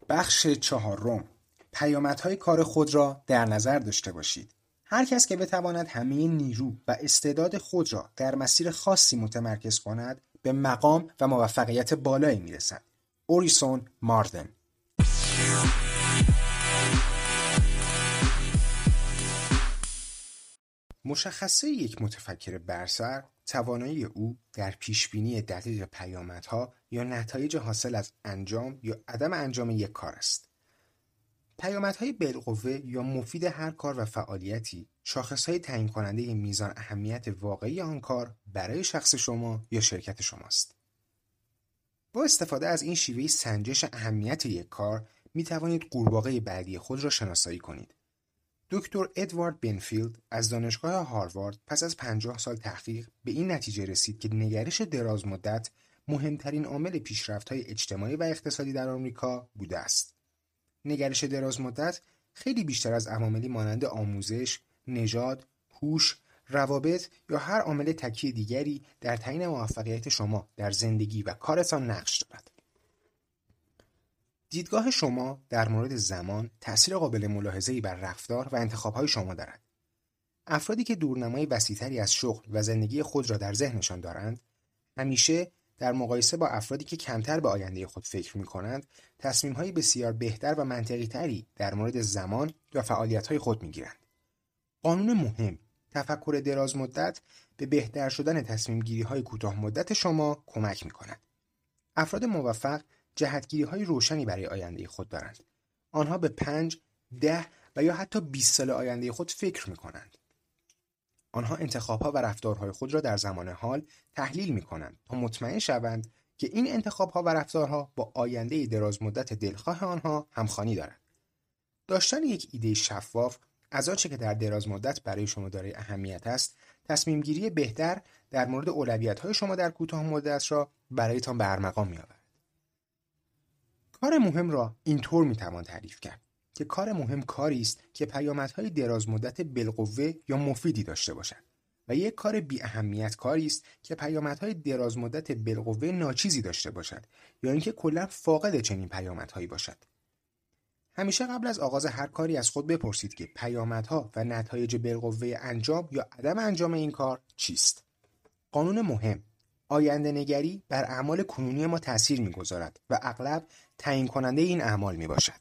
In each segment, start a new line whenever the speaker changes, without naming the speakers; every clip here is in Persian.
بخش چهارم، پیامدهای کار خود را در نظر داشته باشید. هر کس که بتواند همه نیرو و استعداد خود را در مسیر خاصی متمرکز کند به مقام و موفقیت بالایی میرسد. اوریسون ماردن. مشخصه یک متفکر برسر توانایی او در پیشبینی دقیق پیامدها یا نتایج حاصل از انجام یا عدم انجام یک کار است. پیامدهای بالقوه یا مفید هر کار و فعالیتی شاخصهای تعیین کننده میزان اهمیت واقعی آن کار برای شخص شما یا شرکت شماست. با استفاده از این شیوه سنجش اهمیت یک کار می توانید قورباغه بعدی خود را شناسایی کنید. دکتر ادوارد بنفیلد از دانشگاه هاروارد پس از 50 سال تحقیق به این نتیجه رسید که نگرش دراز مدت مهمترین عامل پیشرفت‌های اجتماعی و اقتصادی در آمریکا بوده است. نگرش دراز مدت خیلی بیشتر از عواملی مانند آموزش، نژاد، هوش، روابط یا هر عامل تکی دیگری در تعیین موفقیت شما در زندگی و کارتان نقش دارد. دیدگاه شما در مورد زمان تأثیر قابل ملاحظه‌ای بر رفتار و انتخاب‌های شما دارد. افرادی که دورنمای وسیع‌تری از شغل و زندگی خود را در ذهنشان دارند، همیشه در مقایسه با افرادی که کمتر به آینده خود فکر می‌کنند، تصمیم‌های بسیار بهتر و منطقی‌تری در مورد زمان و فعالیت‌های خود می‌گیرند. قانون مهم، تفکر دراز مدت به بهتر شدن تصمیم‌گیری‌های کوتاه مدت شما کمک می‌کند. افراد موفق جهتگیری‌های روشنی برای آینده خود دارند. آنها به 5، 10 و یا حتی 20 سال آینده خود فکر می‌کنند. آنها انتخاب‌ها و رفتارهای خود را در زمان حال تحلیل می‌کنند تا مطمئن شوند که این انتخاب‌ها و رفتارها با آینده دراز مدت دلخواه آنها همخوانی دارد. داشتن یک ایده شفاف از آنچه که در دراز مدت برای شما دارای اهمیت است، تصمیم‌گیری بهتر در مورد اولویت‌های شما در کوتاه مدت را برایتان به ارمغان می‌آورد. کار مهم را اینطور می‌توان تعریف کرد که کار مهم کاری است که پیامدهای دراز مدت بالقوه یا مفیدی داشته باشد و یک کار بی اهمیت کاری است که پیامدهای دراز مدت بالقوه ناچیزی داشته باشد یا اینکه کلاً فاقد چنین پیامدهایی باشد. همیشه قبل از آغاز هر کاری از خود بپرسید که پیامدها و نتایج بالقوه انجام یا عدم انجام این کار چیست. قانون مهم، آینده نگری بر اعمال کنونی ما تأثیر می‌گذارد و اغلب تعیین کننده این اعمال میباشد.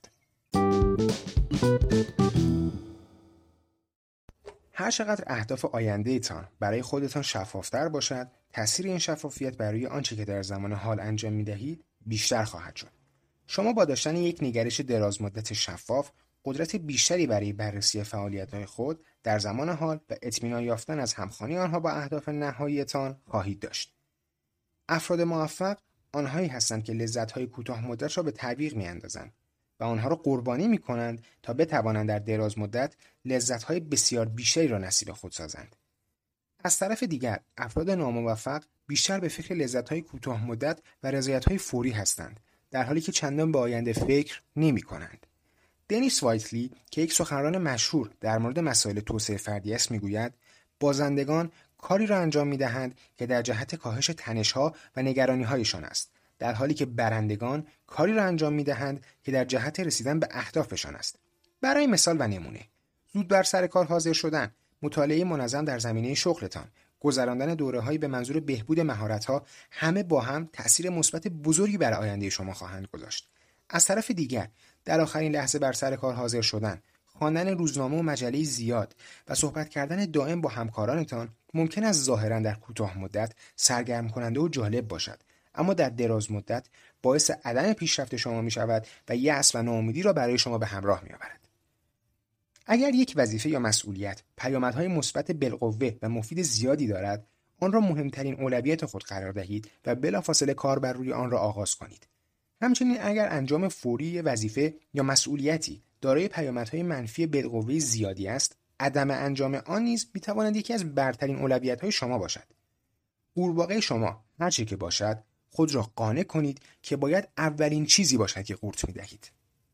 هر چقدر اهداف آینده تان برای خودتان شفافتر باشد، تأثیر این شفافیت برای آنچه که در زمان حال انجام میدهید بیشتر خواهد شد. شما با داشتن یک نگرش دراز مدت شفاف، قدرت بیشتری برای بررسی فعالیت‌های خود در زمان حال و اطمینان یافتن از همخوانی آنها با اهداف نهایی‌تان خواهید داشت. افراد موفق آنهایی هستند که لذت‌های کوتاه مدت را به تعویق می‌اندازند و آنها را قربانی می‌کنند تا بتوانند در دراز مدت لذت‌های بسیار بیشتری را نصیب خود سازند. از طرف دیگر، افراد ناموفق بیشتر به فکر لذت‌های کوتاه مدت و رضایت‌های فوری هستند، در حالی که چندان به آینده فکر نمی‌کنند. دنیس وایتلی که یک سخنران مشهور در مورد مسائل توسعه فردی است می‌گوید بازندگان کاری را انجام می‌دهند که در جهت کاهش تنش‌ها و نگرانی‌هایشان است، در حالی که برندگان کاری را انجام می‌دهند که در جهت رسیدن به اهدافشان است. برای مثال و نمونه، زود بر سر کار حاضر شدن، مطالعه منظم در زمینه شغلتان، گذراندن دوره‌هایی به منظور بهبود مهارت‌ها، همه با هم تأثیر مثبت بزرگی بر آینده شما خواهند گذاشت. از طرف دیگر، در آخرین لحظه بر سر کار حاضر شدن، خواندن روزنامه و مجله زیاد و صحبت کردن دائم با همکارانتان ممکن است ظاهراً در کوتاه مدت سرگرم کننده و جالب باشد، اما در دراز مدت باعث عدم پیشرفت شما می شود و یأس و ناامیدی را برای شما به همراه می آورد. اگر یک وظیفه یا مسئولیت پیامدهای مثبت بالقوه و مفید زیادی دارد، آن را مهمترین اولویت خود قرار دهید و بلافاصله کار بر روی آن را آغاز کنید. همچنین اگر انجام فوری وظیفه یا مسئولیتی دارای پیامدهای منفی بالقوه زیادی است، عدم انجام آن نیز می‌تواند یکی از برترین اولویت‌های شما باشد. قورباغه شما هر چه که باشد، خود را قانع کنید که باید اولین چیزی باشد که قورت می‌دهید.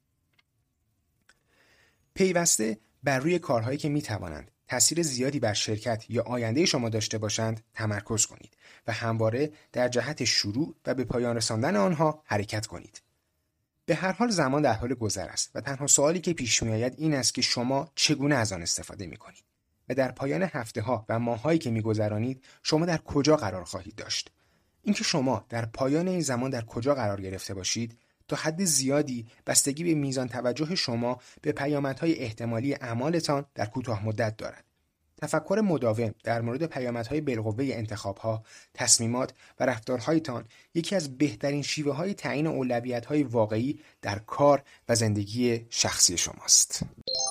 پیوسته بر روی کارهایی که می‌توانند تأثیر زیادی بر شرکت یا آینده شما داشته باشند تمرکز کنید و همواره در جهت شروع و به پایان رساندن آنها حرکت کنید. به هر حال زمان در حال گذر است و تنها سوالی که پیش می‌آید این است که شما چگونه از آن استفاده می‌کنید و در پایان هفته‌ها و ماه‌هایی که می‌گذرانید شما در کجا قرار خواهید داشت. اینکه شما در پایان این زمان در کجا قرار گرفته باشید تا حد زیادی بستگی به میزان توجه شما به پیامدهای احتمالی اعمالتان در کوتاه مدت دارد. تفکر مداوم در مورد پیامدهای بالقوه انتخاب‌ها، تصمیمات و رفتارهایتان یکی از بهترین شیوه‌های تعیین اولویت‌های واقعی در کار و زندگی شخصی شماست.